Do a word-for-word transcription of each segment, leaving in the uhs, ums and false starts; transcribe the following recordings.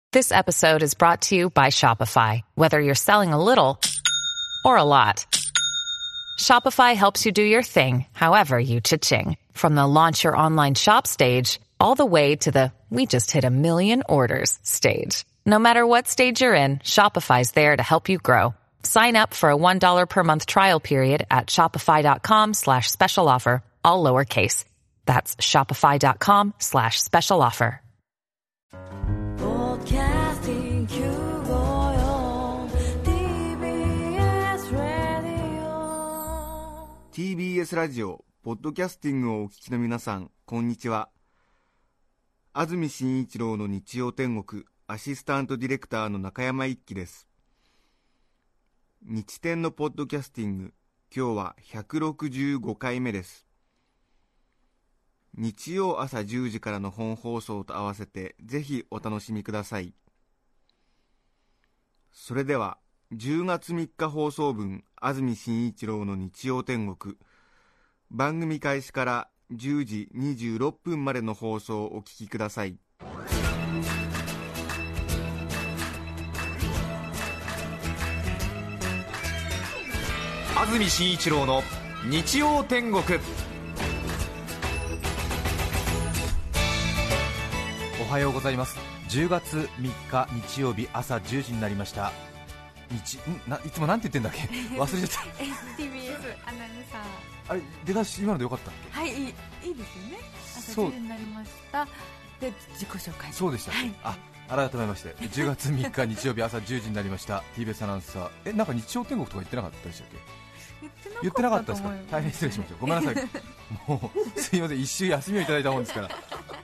This episode is brought to you by Shopify. Whether you're selling a little or a lot, Shopify helps you do your thing, however you cha-ching. From the launch your online shop stage, all the way to the we just hit a million orders stage. No matter what stage you're in, Shopify's there to help you grow. Sign up for a one dollar per month trial period at shopify.com slash special offer, all lowercase. That's shopify.com slash special offer. ティービーエス ラジオポッドキャスティングをお聞きの皆さん、こんにちは。安住紳一郎の日曜天国アシスタントディレクターの中山一輝です。日天のポッドキャスティング、今日はひゃくろくじゅうごかいめです。日曜朝じゅうじからの本放送と合わせてぜひお楽しみください。それではじゅうがつみっか放送分、安住紳一郎の日曜天国、番組開始からじゅうじにじゅうろっぷんまでの放送をお聞きください。 安住紳一郎の日曜天国。おはようございます。じゅうがつみっか日曜日朝じゅうじになりました。日んないつもなんて言ってんだっけ忘れちゃったティービーエス アナウンサー。 あれ出だし今のでよかったっけ。 はい、いい、いいですよね。朝じゅうじになりました。で自己紹介。 そうでした、はい、あ改めましてじゅうがつみっか日曜日朝じゅうじになりました。 ティービーエス アナウンサー。えなんか日曜天国とか言ってなかったでしたっけ。言ってなかったですか。大変失礼しました。ごめんなさいもうすいません、一週休みをいただいたもんですから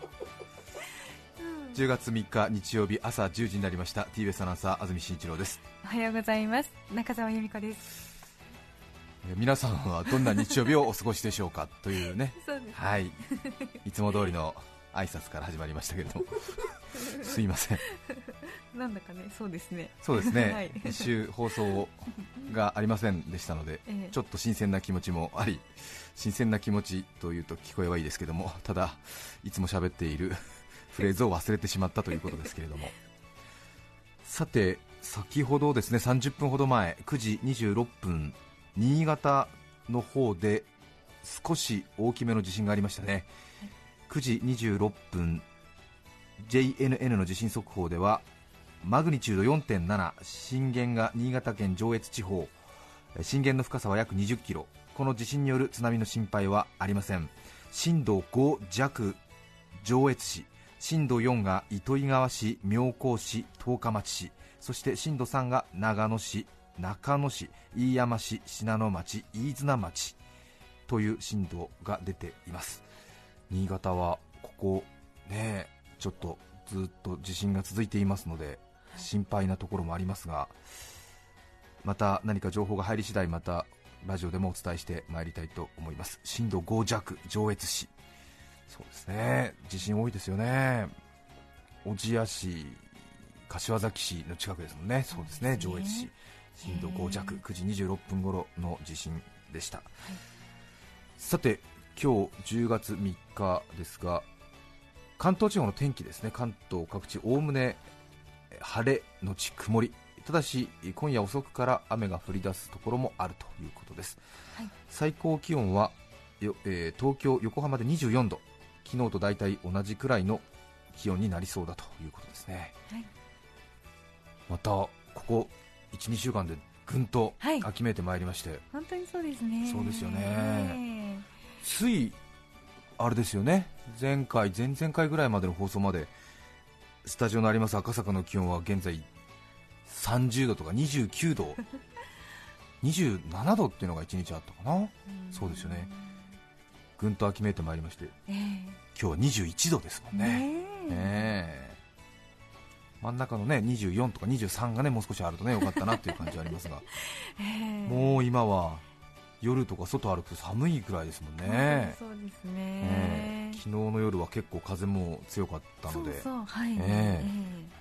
じゅうがつみっか日曜日朝じゅうじになりました。 ティービーエス アナウンサー安住紳一郎です。 おはようございます。中澤由美子です。 皆さんはどんな日曜日をお過ごしでしょうかというねそうですね、 はい、いつも通りの挨拶から始まりましたけれどもすいませんなんだかね、そうですねそうですね、 はい、 一週放送がありませんでしたので、ええ、ちょっと新鮮な気持ちもあり、新鮮な気持ちというと聞こえはいいですけども、ただいつも喋っているフレーズを忘れてしまったということですけれどもさて先ほどですね、さんじゅっぷんほど前くじにじゅうろっぷん、新潟の方で少し大きめの地震がありましたね。くじにじゅうろっぷん ジェイエヌエヌ の地震速報ではマグニチュード よんてんなな、震源が新潟県上越地方、震源の深さは約にじゅっキロ。この地震による津波の心配はありません。震度ご弱上越市、震度よんが糸魚川市、妙高市、十日町市、そして震度さんが長野市、中野市、飯山市、信濃町、飯綱町という震度が出ています。新潟はここね、ちょっとずっと地震が続いていますので心配なところもありますが、また何か情報が入り次第またラジオでもお伝えしてまいりたいと思います。震度ご弱上越市、そうですね、地震多いですよね。小千谷市、柏崎市の近くですもんね。そうですね、上越市、震度ご弱、くじにじゅうろっぷん頃の地震でした、はい、さて今日じゅうがつみっかですが、関東地方の天気ですね。関東各地おおむね晴れのち曇り、ただし今夜遅くから雨が降り出すところもあるということです、はい、最高気温はよ、えー、東京横浜でにじゅうよんど、昨日と大体同じくらいの気温になりそうだということですね、はい、またここ いちにしゅうかんでぐんと秋めいてまいりまして、はい、 本当にそうですね。 そうですよね。ついあれですよね、前回前々回ぐらいまでの放送までスタジオのあります赤坂の気温は現在さんじゅうどとかにじゅうきゅうどにじゅうななどっていうのがいちにちあったかな。そうですよね、ぐんと秋めいてまいりまして、えー、今日はにじゅういちどですもんね、ねえ真ん中のねにじゅうよんとかにじゅうさんがねもう少しあるとねよかったなっていう感じはありますが、えー、もう今は夜とか外歩くと寒いくらいですもんね。 そうですね、 えー、昨日の夜は結構風も強かったので、 そうそう、はい、 えーえー、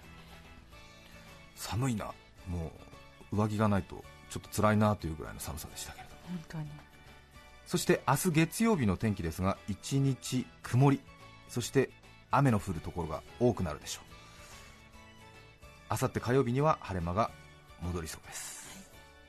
寒いな、もう上着がないとちょっと辛いなというぐらいの寒さでしたけれども、 本当に。 そして明日月曜日の天気ですが、一日曇り、そして雨の降るところが多くなるでしょう。 あさって火曜日には晴れ間が戻りそうです、はい、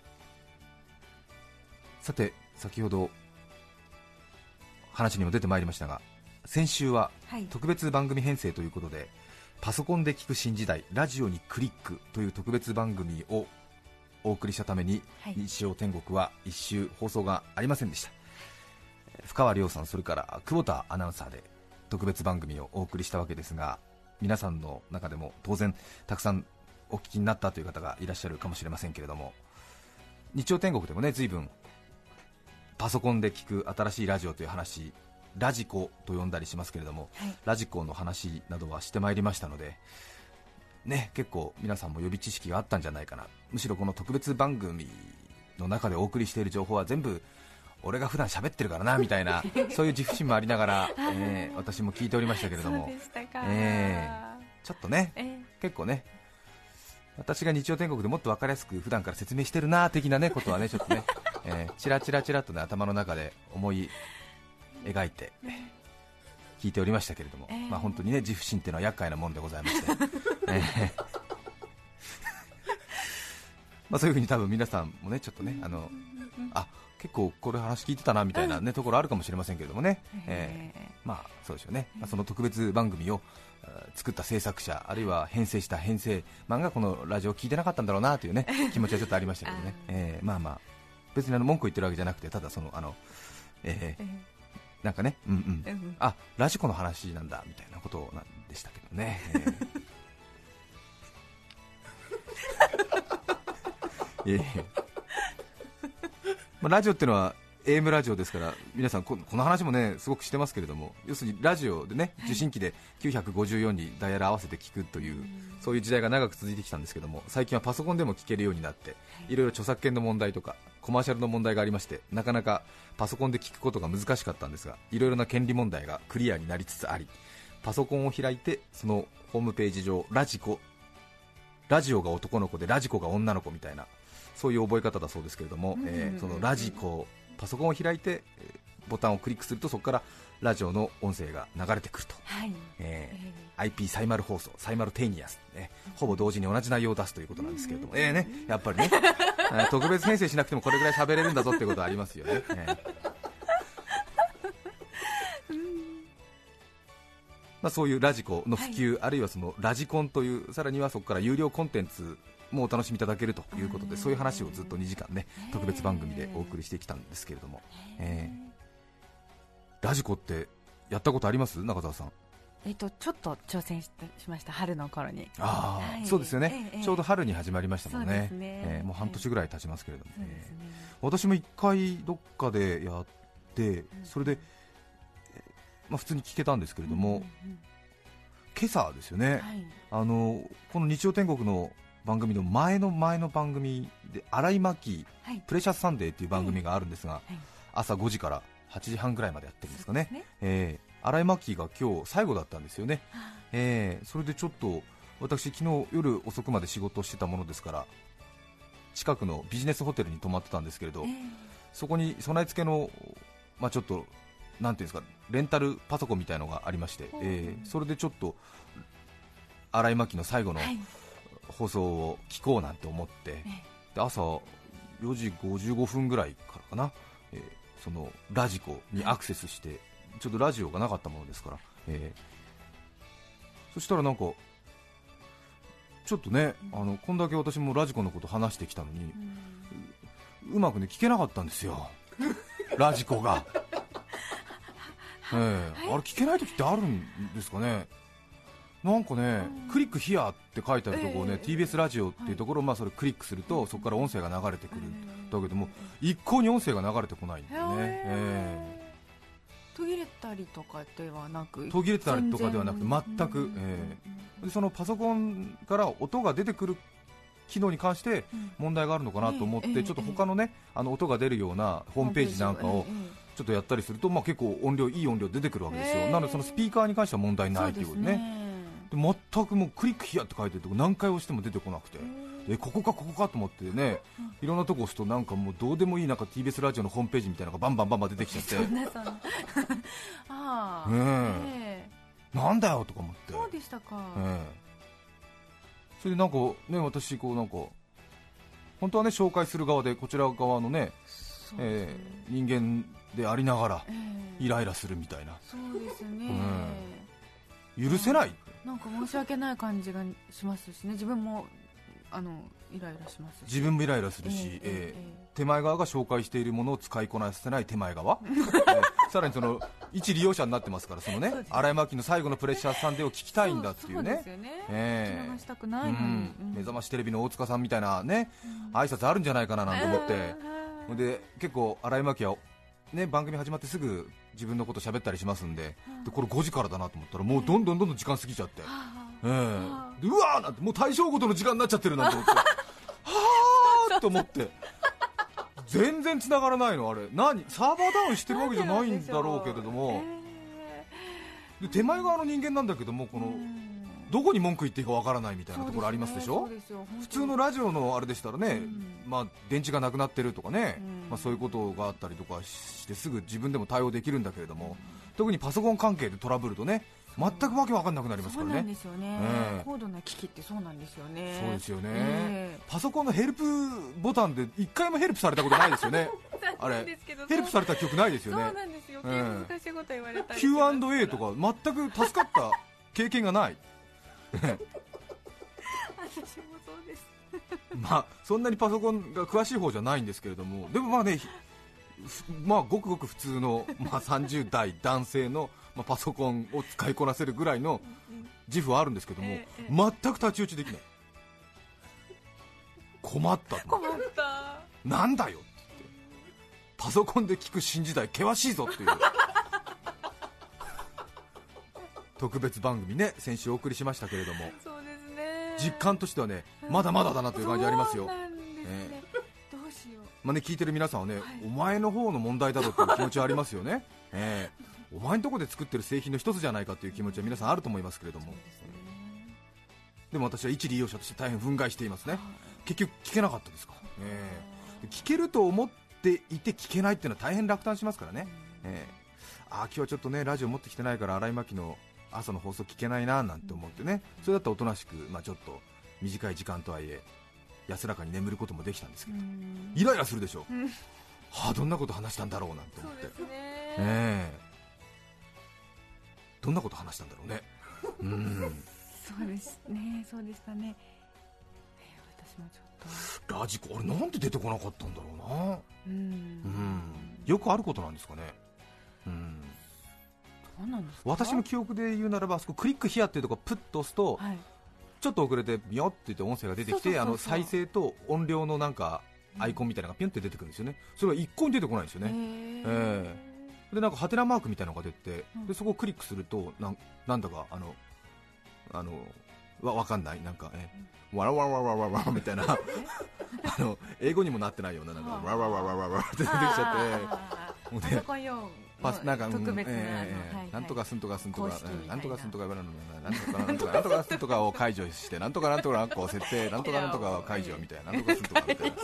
さて先ほど話にも出てまいりましたが、先週は特別番組編成ということで、はい、パソコンで聞く新時代ラジオにクリックという特別番組をお送りしたために、はい、日曜天国は一週放送がありませんでした。深川亮さん、それから久保田アナウンサーで特別番組をお送りしたわけですが、皆さんの中でも当然たくさんお聞きになったという方がいらっしゃるかもしれませんけれども、日曜天国でもね、随分パソコンで聞く新しいラジオという話、ラジコと呼んだりしますけれども、はい、ラジコの話などはしてまいりましたので、ね、結構皆さんも予備知識があったんじゃないかな。むしろこの特別番組の中でお送りしている情報は全部俺が普段喋ってるからなみたいなそういう自負心もありながら、えー、私も聞いておりましたけれども、 そうでしたか、 えー、ちょっとね、 えー、 結構ね、私が日曜天国でもっと分かりやすく普段から説明してるな的なねことはね、ちょっとね、えー、チラチラチラとね頭の中で思い描いて聞いておりましたけれども、えーまあ、本当にね、自負心っていうのは厄介なもんでございまして、えーまあ、そういうふうに多分皆さんもね、ちょっとね、あのあ結構これ話聞いてたなみたいな、ね、ところあるかもしれませんけれどもね、えー、まあそうですよね、まあ、その特別番組を作った制作者、あるいは編成した編成マンがこのラジオを聞いてなかったんだろうなというね気持ちはちょっとありましたけどね、えー、まあまあ別にあの文句言ってるわけじゃなくて、ただそのあの、えー、なんかね、うんうん、あラジコの話なんだみたいなことなんでしたけどね、えー、いえいえまあ、ラジオっていうのは エーエム ラジオですから、皆さん こ, この話もねすごくしてますけれども、要するにラジオでね、受信機できゅうひゃくごじゅうよんにダイヤル合わせて聞くという、そういう時代が長く続いてきたんですけども、最近はパソコンでも聞けるようになって、いろいろ著作権の問題とかコマーシャルの問題がありまして、なかなかパソコンで聞くことが難しかったんですが、いろいろな権利問題がクリアになりつつあり、パソコンを開いてそのホームページ上、ラジコラジオが男の子でラジコが女の子みたいな、そういう覚え方だそうですけれども、えー、そのラジコ、パソコンを開いてボタンをクリックするとそこからラジオの音声が流れてくると、はい、えー、アイピー サイマル放送、サイマルテイニアス、ね、ほぼ同時に同じ内容を出すということなんですけれども、えーね、やっぱりね特別編成しなくてもこれぐらい喋れるんだぞっていうことはありますよね、えーまあ、そういうラジコの普及、はい、あるいはそのラジコンという、さらにはそこから有料コンテンツもお楽しみいただけるということで、そういう話をずっとにじかんね、特別番組でお送りしてきたんですけれども、えー、ラジコってやったことあります？中澤さん。 えー、とちょっと挑戦しました、春の頃に。 あ、はい、そうですよね、えー、ちょうど春に始まりましたもんね、えー、もう半年ぐらい経ちますけれども、ね、えー、私もいっかいどっかでやって、それで、まあ、普通に聞けたんですけれども、うんうん、今朝ですよね、はい、あのこの日曜天国の番組の前の前の番組で荒井真希、はい、プレシャスサンデーという番組があるんですが、はいはい、朝ごじからはちじはんぐらいまでやってるんですかね、ね、えー、荒井真希が今日最後だったんですよね、えー、それでちょっと私昨日夜遅くまで仕事をしてたものですから、近くのビジネスホテルに泊まってたんですけれど、えー、そこに備え付けの、まあ、ちょっとなんていうんですか、レンタルパソコンみたいのがありまして、えー、それでちょっと荒井真希の最後の、はい、放送を聞こうなんて思って、で朝よじごじゅうごふんぐらいからかな、えー、そのラジコにアクセスして、ちょっとラジオがなかったものですから、えー、そしたらなんかちょっとね、あのこんだけ私もラジコのこと話してきたのに、う, うまくね聞けなかったんですよラジコが、えー、あれ聞けない時ってあるんですかね。なんかね、クリックヒアって書いてあるところをね、えー、ティービーエス ラジオっていうところを、まあ、それクリックするとそこから音声が流れてくる、えー、だけども一向に音声が流れてこないんだよね、えー、途切れたりとかではなく途切れたりとかではなくて全く、えー、でそのパソコンから音が出てくる機能に関して問題があるのかなと思って、えーえー、ちょっと他のね、あの音が出るようなホームページなんかをちょっとやったりすると、まあ、結構音量いい音量出てくるわけですよ、えー、なのでそのスピーカーに関しては問題ないということでね、全くもうクリックヒアって書いてるとこ何回押しても出てこなくて、えここかここかと思ってね、いろんなとこ押すとなんかもうどうでもいいなんか ティービーエス ラジオのホームページみたいなのがバンバンバンバン出てきちゃってそんなそんなあ、 ねえ、なんだよとか思って。 そうでしたか、 えそれでなんかね、私こうなんか本当はね紹介する側でこちら側のね、えー、人間でありながらイライラするみたいな、 そうですね、 うん、許せない、 なんか申し訳ない感じがしますしね、自分もあのイライラしますし、 自分もイライラするし、えーえー、手前側が紹介しているものを使いこなせない手前側、えー、さらにその一利用者になってますから、そのね荒井真紀の最後のプレッシャーサンデーを聞きたいんだっていうね、 そうですよね、えー、聞き流したくないのに、うん、 目覚ましテレビの大塚さんみたいなね、うん、挨拶あるんじゃないかななんて思って、うん、で結構荒井真紀はね、番組始まってすぐ自分のこと喋ったりしますんで、でこれごじからだなと思ったらもうどんどんどんどん時間過ぎちゃって、えー、でうわーなんてもう対象ごとの時間になっちゃってるなんて思ってはーと思って全然繋がらないの、あれ何サーバーダウンしてるわけじゃないんだろうけれども、で手前側の人間なんだけども、このどこに文句言っていいかわからないみたいなところありますでしょ。普通のラジオのあれでしたらね、うん、まあ、電池がなくなってるとかね、うん、まあ、そういうことがあったりとかしてすぐ自分でも対応できるんだけれども、うん、特にパソコン関係でトラブルとね全くわけわかんなくなりますからね。 そうなんですよね、えー、高度な機器ってそうなんですよね。 そうですよね、えー、パソコンのヘルプボタンで一回もヘルプされたことないですよねあれヘルプされた記憶ないですよね。 そうなんですよ、えー、難しいこと言われたりキューアンドエー とか全く助かった経験がない私もそうですまあそんなにパソコンが詳しい方じゃないんですけれども、でもまあね、まあごくごく普通の、まあ、さんじゅう代男性の、まあ、パソコンを使いこなせるぐらいの自負はあるんですけども、ええ、全く太刀打ちできない。困ったと困ったなんだよって言って、パソコンで聞く新時代険しいぞっていう特別番組ね、先週お送りしましたけれども、 そうですね、 実感としてはね、まだまだだなという感じありますよ。 そうなんですね、えー、どうしよう、 まあね、聞いてる皆さんはね、はい、お前の方の問題だろうという気持ちはありますよね、えー、お前のところで作ってる製品の一つじゃないかという気持ちは皆さんあると思いますけれども、 で, ね、でも私は一利用者として大変憤慨していますね。結局聞けなかったですから、えー、聞けると思っていて聞けないっていうのは大変落胆しますからね、えー、あ今日はちょっとねラジオ持ってきてないから荒井真紀の朝の放送聞けないななんて思ってね、それだったらおとなしく、まあ、ちょっと短い時間とはいえ安らかに眠ることもできたんですけど、イライラするでしょ、うん、はあ、どんなこと話したんだろうなんて思って、そうですね、えー、どんなこと話したんだろうねうんそうですね、そうでしたね、えー、私もちょっとラジコあれなんで出てこなかったんだろうな、うん、うん、よくあることなんですかね、うん、 そうなんですか。 私の記憶で言うならば、あそこクリックヒアっていうところプッと押すと、はい、ちょっと遅れてビヨって言って音声が出てきて、あの再生と音量のなんかアイコンみたいなのがピュンって出てくるんですよね。それが一向に出てこないんですよね。えー、でなんかハテナマークみたいなのが出て、でそこをクリックするとな ん, なんだかあのあのわわかんないなんか、ね、わらわらわらわらわらみたいなあの英語にもなってないようななんかわらわらわらわらって出てきちゃって、もうね。パスなんか特別な、えーはいはい、なんとかすんとかすんとかなんとかすんとかなんとかなんとかなんとかすんとかを解除してなんとかなんとかこう設定なんとかなんとか解除みたいななんとかすんとかみたいな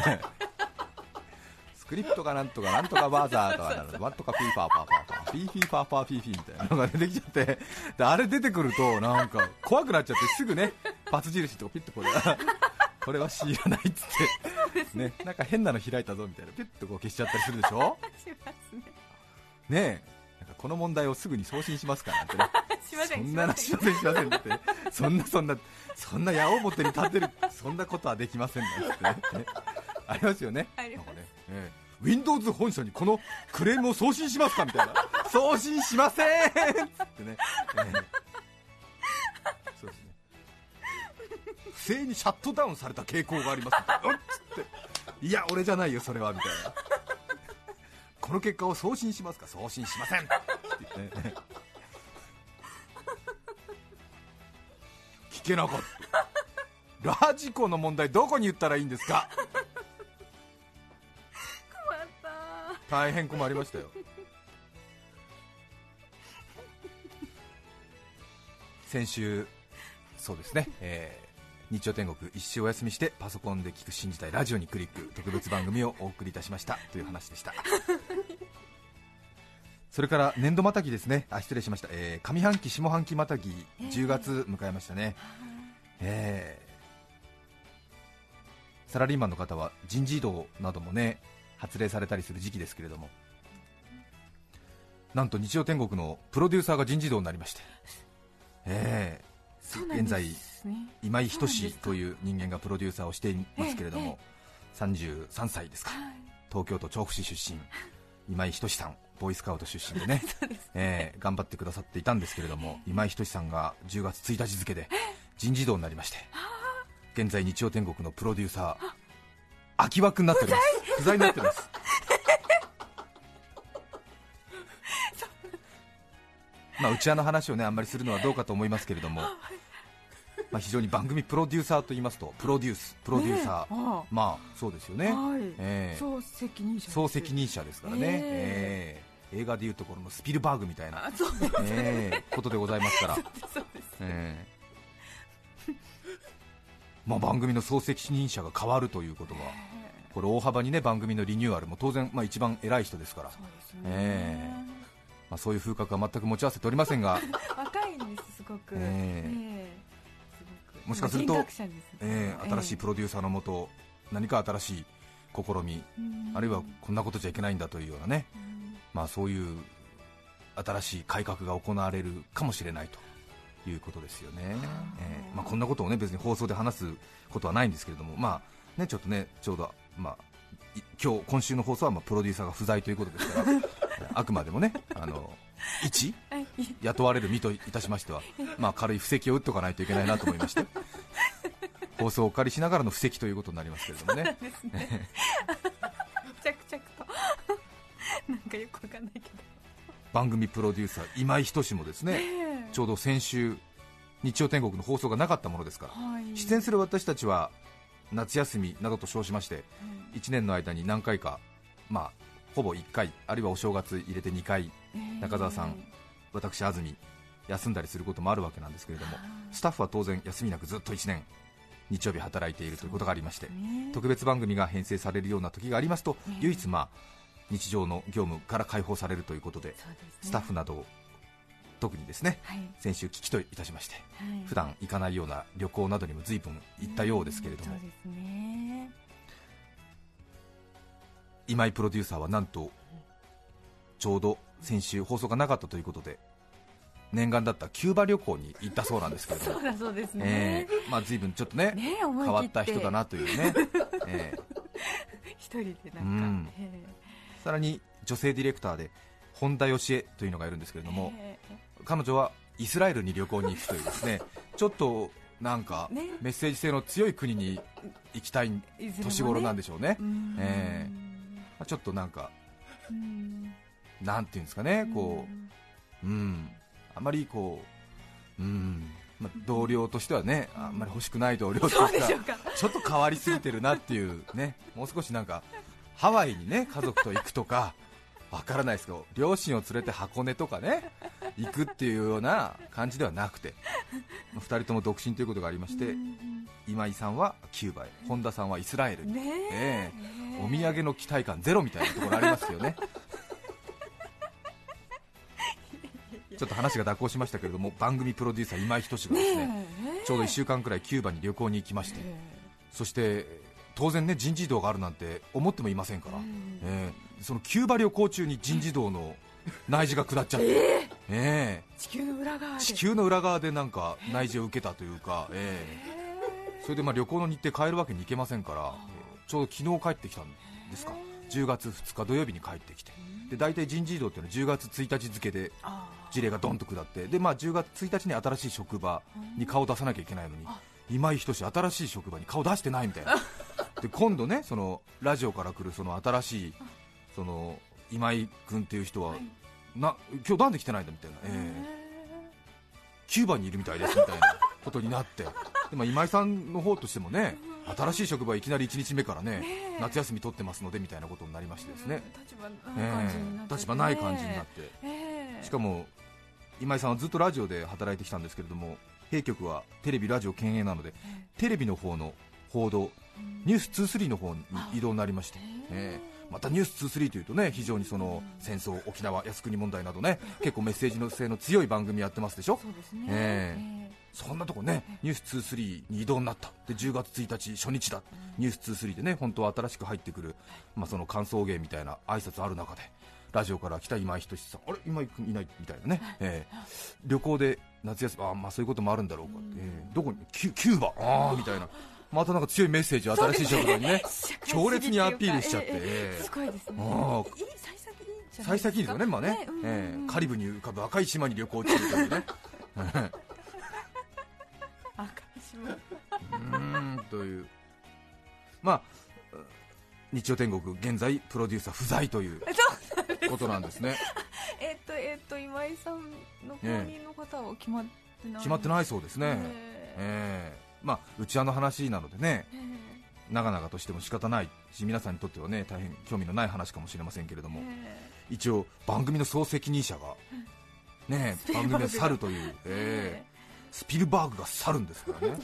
スクリプトがなんとかなんとかバーザーとかなのでなんとかピーファーパーパーパーピーフィーパーパーピーフィーみたいなのが出てきちゃって、であれ出てくるとなんか怖くなっちゃってすぐねバツ印とかピッとこれこれは C いらないっつってね、なんか変なの開いたぞみたいなピッとこう消しちゃったりするでしょしますね。ねえ、なんかこの問題をすぐに送信しますからってねしませんそんなしませんしませんってそんなそんなそんな矢面に立てるそんなことはできませんなんて、ね、ありますよね。 あります。 なんかね、ええ、Windows 本社にこのクレームを送信しますかみたいな送信しませんっつってね、ええ、そうですね、不正にシャットダウンされた傾向がありますってうんっつっていや俺じゃないよそれはみたいなこの結果を送信しますか送信しませんって言って、ね、聞けなかったラジコの問題どこに言ったらいいんですか。 困った大変困りましたよ先週そうですね、えー日曜天国一週お休みしてパソコンで聞く新時代ラジオにクリック特別番組をお送りいたしましたという話でしたそれから年度またぎですね、あ失礼しました、えー、上半期下半期またぎじゅうがつ迎えましたね、えー、 サラリーマンの方は人事異動などもね発令されたりする時期ですけれども、なんと日曜天国のプロデューサーが人事異動になりまして、えー、現在今井仁志という人間がプロデューサーをしていますけれども、さんじゅうさんさいですか、東京都調布市出身、今井仁志さん、ボーイスカウト出身で ね, でね、えー、頑張ってくださっていたんですけれども、今井仁志さんがじゅうがつついたち付で人事異動になりまして、現在日曜天国のプロデューサー空き枠になっております。不在になっておりますまあ、内輪の話をねあんまりするのはどうかと思いますけれども、まあ、非常に番組プロデューサーと言いますとプロデュースプロデューサー、ね、あまあそうですよね、 はいえー、総責任者総責任者ですからね、えーえー、映画でいうところのスピルバーグみたいな、えー、ことでございますからそうですそうです、えーまあ、番組の総責任者が変わるということはこれ大幅にね番組のリニューアルも当然、まあ、一番偉い人ですから、そうですね、えーまあ、そういう風格は全く持ち合わせておりませんが若いんですすごく、えーえー、すごくもしかすると、 ねえー、新しいプロデューサーのもと何か新しい試み、あるいはこんなことじゃいけないんだというようなね、まあ、そういう新しい改革が行われるかもしれないということですよね、えーまあ、こんなことを、ね、別に放送で話すことはないんですけれども、まあね、ちょっとねちょうど、まあ、今日今週の放送はまあプロデューサーが不在ということですからあくまでもねあの一雇われる身といたしましては、まあ、軽い布石を打っておかないといけないなと思いまして放送をお借りしながらの布石ということになりますけれどもね着々となんかよくわかんないけど番組プロデューサー今井仁志もですね、えー、ちょうど先週日曜天国の放送がなかったものですから、はい、出演する私たちは夏休みなどと称しまして、うん、いちねんの間に何回か、まあ、ほぼいっかいあるいはお正月入れてにかい、えー、中澤さん、私安住休んだりすることもあるわけなんですけれども、スタッフは当然休みなくずっといちねん日曜日働いているということがありまして、ね、特別番組が編成されるような時がありますと、ね、唯一、まあ、日常の業務から解放されるということ で, で、ね、スタッフなどを特にですね、はい、先週危機といたしまして、はい、普段行かないような旅行などにも随分行ったようですけれども、そうですね、今井プロデューサーはなんとちょうど先週放送がなかったということで念願だったキューバ旅行に行ったそうなんですけれども、 そうだそうですね、 えーまあ、随分ちょっと ね, ね変わった人だなというね、えー、 一人でなんか、うん、 さらに女性ディレクターで本田義恵というのがいるんですけれども、彼女はイスラエルに旅行に行くというですねちょっとなんかメッセージ性の強い国に行きたい年頃なんでしょうね、えー、ちょっとなんかなんていうんですかね、こう、うん、あまりこう、うん、まあ、同僚としてはね、あんまり欲しくない同僚としてはちょっと変わりすぎてるなっていうね、もう少しなんかハワイにね家族と行くとかわからないですけど、両親を連れて箱根とかね行くっていうような感じではなくて、ふたりとも独身ということがありまして、今井さんはキューバへ、本田さんはイスラエルに、ねえー、お土産の期待感ゼロみたいなところありますよねちょっと話が蛇行しましたけれども、番組プロデューサー今井仁志がですね、ちょうどいっしゅうかんくらいキューバに旅行に行きまして、そして当然ね人事異動があるなんて思ってもいませんから、えー、そのキューバ旅行中に人事異動の内示が下っちゃって、えーえー、 地球の裏側で地球の裏側でなんか内示を受けたというか、えー、それでまあ旅行の日程変えるわけにいけませんから、ちょうど昨日帰ってきたんですか、じゅうがつふつか土曜日に帰ってきて、で大体人事異動っていうのはじゅうがつついたち付で事例がドンと下って、で、まあ、じゅうがつついたちに新しい職場に顔を出さなきゃいけないのに、今井仁志新しい職場に顔出してないみたいなで今度ね、そのラジオから来るその新しいその今井君っていう人は、はい、な今日なんで来てないんだみたいな、えー、キューバにいるみたいですみたいなことになってで、まあ、今井さんの方としてもね、新しい職場いきなりいちにちめからね、夏休み取ってますのでみたいなことになりましてですね、立場ない感じになって、えー、しかも今井さんはずっとラジオで働いてきたんですけれども、弊局はテレビラジオ兼営なので、テレビの方の報道、ニュースにじゅうさんの方に移動になりまして、えー、またニュースにじゅうさんというとね、非常にその戦争、沖縄、靖国問題などね、結構メッセージの性の強い番組やってますでしょ。そうですね、えーそんなとこね、ニュースにじゅうさんに移動になったで、じゅうがつついたち初日だ、ニュースにじゅうさんでね、本当は新しく入ってくる、まあ、その歓送迎みたいな挨拶ある中で、ラジオから来た今井仁さん、あれ今井君いないみたいなね、えー、旅行で夏休み、あ、まあそういうこともあるんだろうか、えー、どこにキュ、キューバ、あーみたいな、またなんか強いメッセージを新しい職場にね強烈にアピールしちゃって、えー、 すごいですね。 あ幸先いいですよね、まあね、ね、うんうん、えー、カリブに浮かぶ赤い島に旅行中というね赤い島うーんという、まあ日曜天国現在プロデューサー不在ということなんですねえっとえっと今井さんの後任の方は決まってない、 決まってないそうですね、えー、まあ内輪の話なのでね、長々としても仕方ないし、皆さんにとってはね大変興味のない話かもしれませんけれども、一応番組の総責任者がね番組を去るという、えー、スピルバーグが去るんですからね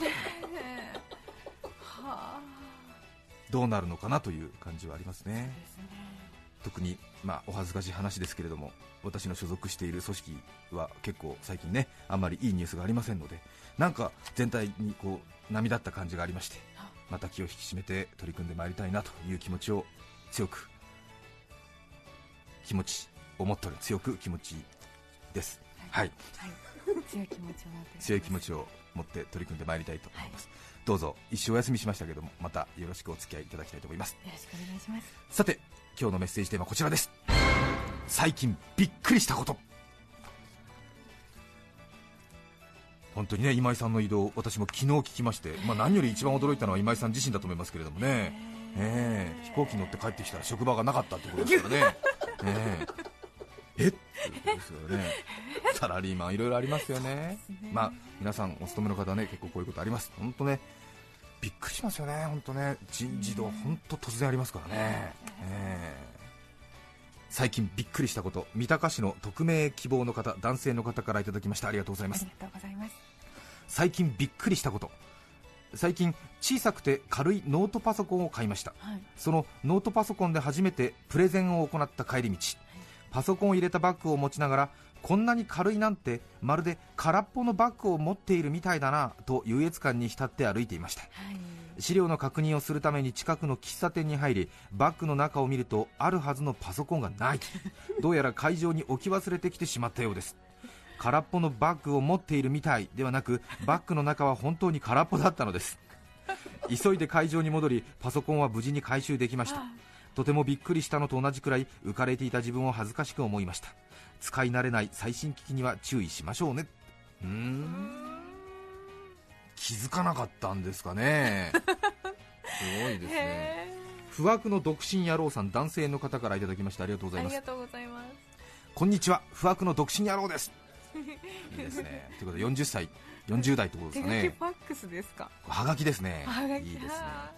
どうなるのかなという感じはありますね。特に、まあ、お恥ずかしい話ですけれども、私の所属している組織は結構最近ねあんまりいいニュースがありませんので、なんか全体にこう波立った感じがありまして、また気を引き締めて取り組んでまいりたいなという気持ちを強く気持ちを持っておる強く気持ちです。はい、はい、 強い気持ちを持って強い気持ちを持って取り組んでまいりたいと思います、はい、どうぞ一生お休みしましたけども、またよろしくお付き合いいただきたいと思います。 よろしくお願いします。 さて今日のメッセージテーマはこちらです。最近びっくりしたこと。本当にね、今井さんの移動、私も昨日聞きまして、まあ、何より一番驚いたのは今井さん自身だと思いますけれどもね、えー、飛行機乗って帰ってきたら職場がなかったってことですからねえーえっってことですよね。サラリーマンいろいろありますよ ね, ねまあ皆さんお勤めの方ね、結構こういうことあります。本当ねびっくりしますよね。本当ね人事異動本当突然ありますからね、えー、最近びっくりしたこと、三鷹市の匿名希望の方、男性の方からいただきました。ありがとうございます。 ありがとうございます。 最近びっくりしたこと、最近小さくて軽いノートパソコンを買いました、はい、そのノートパソコンで初めてプレゼンを行った帰り道、パソコンを入れたバッグを持ちながら、こんなに軽いなんてまるで空っぽのバッグを持っているみたいだなと優越感に浸って歩いていました、はい、資料の確認をするために近くの喫茶店に入り、バッグの中を見るとあるはずのパソコンがないどうやら会場に置き忘れてきてしまったようです。空っぽのバッグを持っているみたいではなく、バッグの中は本当に空っぽだったのです。急いで会場に戻り、パソコンは無事に回収できました。とてもびっくりしたのと同じくらい浮かれていた自分を恥ずかしく思いました。使い慣れない最新機器には注意しましょうね。うーん、気づかなかったんですかねすごいですね。不惑の独身野郎さん、男性の方からいただきました。ありがとうございます。 ありがとうございます。こんにちは、不惑の独身野郎ですいいですね。ということでよんじゅっさいよんじゅう代ってことですかね。 手書きファックスですか。 はがきですね。 はがき、 いいですね。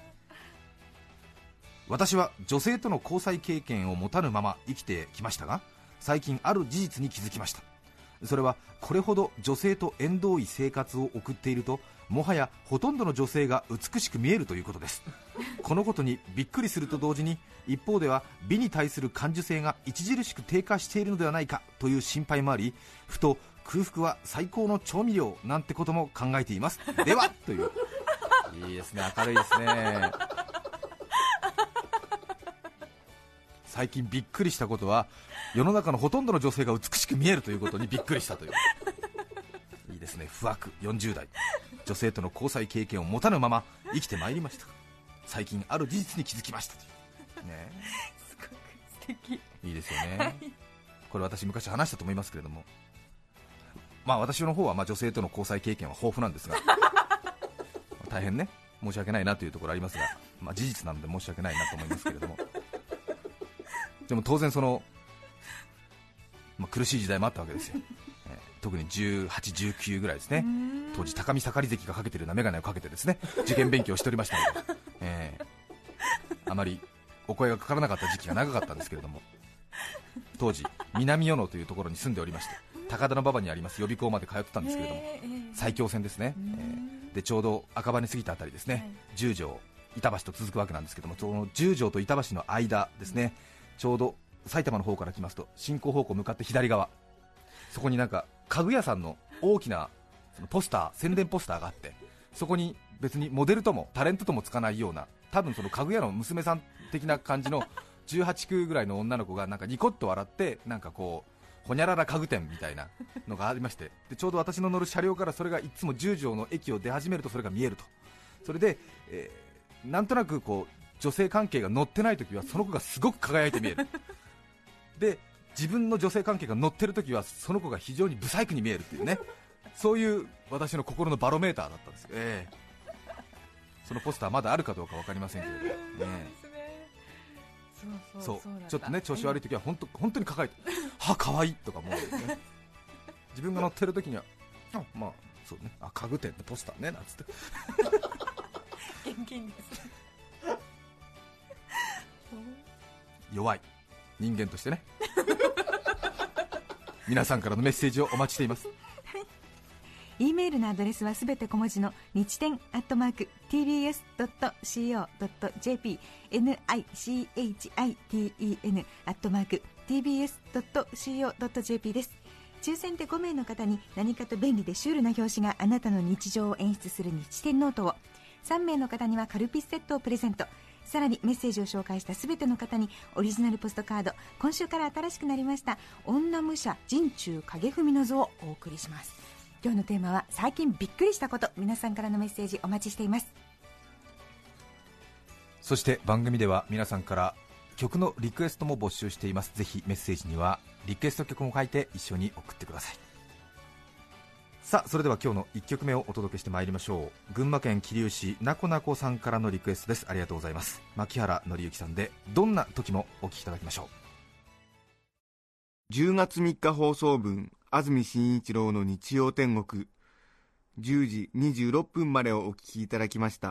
私は女性との交際経験を持たぬまま生きてきましたが、最近ある事実に気づきました。それはこれほど女性と縁遠い生活を送っていると、もはやほとんどの女性が美しく見えるということです。このことにびっくりすると同時に、一方では美に対する感受性が著しく低下しているのではないかという心配もあり、ふと空腹は最高の調味料なんてことも考えています。ではといういいですね、明るいですね。最近びっくりしたことは、世の中のほとんどの女性が美しく見えるということにびっくりしたという。いいですね。不惑よんじゅう代、女性との交際経験を持たぬまま生きてまいりました。最近ある事実に気づきましたという、ね、 すごく素敵。 いいですよね、はい、これ私昔話したと思いますけれども、まあ私の方はまあ女性との交際経験は豊富なんですが大変ね申し訳ないなというところありますが、まあ、事実なので申し訳ないなと思いますけれども、でも当然その、まあ、苦しい時代もあったわけですよ、えー、特にじゅうはち、じゅうきゅうぐらいですね。当時高見盛関がかけてるような眼鏡をかけてですね、受験勉強をしておりましたので、えー、あまりお声がかからなかった時期が長かったんですけれども、当時南与野というところに住んでおりまして、高田馬場にあります予備校まで通ってたんですけれども、埼京線ですね、えー、でちょうど赤羽過ぎたあたりですね、十条板橋と続くわけなんですけども、その十条と板橋の間ですね、ちょうど埼玉の方から来ますと進行方向向かって左側、そこになんか家具屋さんの大きなそのポスター、宣伝ポスターがあって、そこに別にモデルともタレントともつかないような、多分その家具屋の娘さん的な感じのじゅうはち区ぐらいの女の子がなんかニコッと笑って、なんかこうほにゃらら家具店みたいなのがありまして、でちょうど私の乗る車両からそれがいつも十条の駅を出始めるとそれが見えると。それで、えー、なんとなくこう女性関係が乗ってないときはその子がすごく輝いて見えるで自分の女性関係が乗ってるときはその子が非常にブサイクに見えるっていうね、そういう私の心のバロメーターだったんですよ、えー、そのポスターまだあるかどうか分かりませんけどね、そうそうそうちょっとね調子悪いときは本当本当に抱えては可愛いとか思うんですね自分が乗ってるときにはあまあそうね、あ家具店のポスターねなんつって現金です弱い人間としてね皆さんからのメッセージをお待ちしています。 E メールのアドレスはすべて小文字の日天アットマーク ティービーエスドットシーオードットジェーピー ニチテン アットマーク ティービーエスドットシーオードットジェーピー です。抽選でご名の方に何かと便利でシュールな表紙があなたの日常を演出する日天ノートを、さん名の方にはカルピスセットをプレゼント。さらにメッセージを紹介したすべての方にオリジナルポストカード、今週から新しくなりました女武者陣中影文の図をお送りします。今日のテーマは最近びっくりしたこと。皆さんからのメッセージお待ちしています。 そして番組では皆さんから曲のリクエストも募集しています。ぜひメッセージにはリクエスト曲も書いて一緒に送ってください。さあそれでは今日のいっきょくめをお届けしてまいりましょう。群馬県桐生市なこなこさんからのリクエストです。ありがとうございます。牧原紀之さんでどんな時もお聴きいただきましょう。 じゅうがつみっか放送分、安住紳一郎の日曜天国、じゅうじにじゅうろっぷんまでをお聞きいただきました。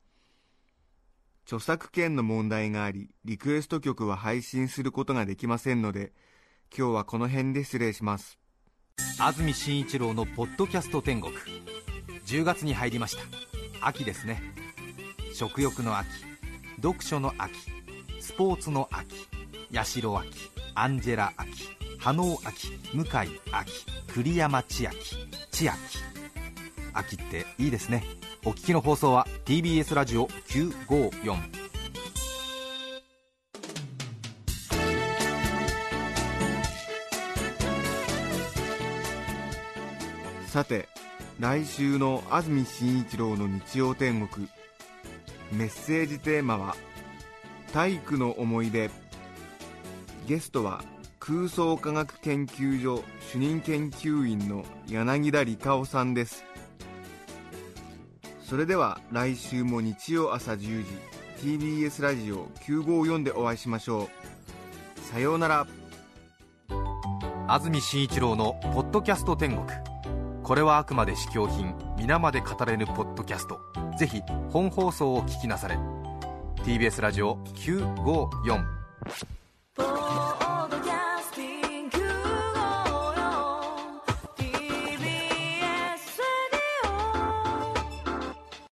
著作権の問題があり、リクエスト曲は配信することができませんので、今日はこの辺で失礼します。 安住紳一郎のポッドキャスト天国、じゅうがつに入りました。秋ですね。食欲の秋、読書の秋、スポーツの秋、八代秋、アンジェラ秋、波能秋、向井秋、栗山千秋、千秋。秋っていいですね。お聞きの放送は ティービーエス ラジオきゅうごよん。 さて、来週の安住紳一郎の日曜天国、メッセージテーマは体育の思い出。ゲストは空想科学研究所主任研究員の柳田理香夫さんです。それでは来週も日曜朝じゅうじ ティービーエス ラジオきゅうごよんでお会いしましょう。さようなら。 安住紳一郎のポッドキャスト天国、これはあくまで試供品、皆まで語れぬポッドキャスト。ぜひ本放送を聞きなされ。 ティービーエス ラジオきゅうごよん。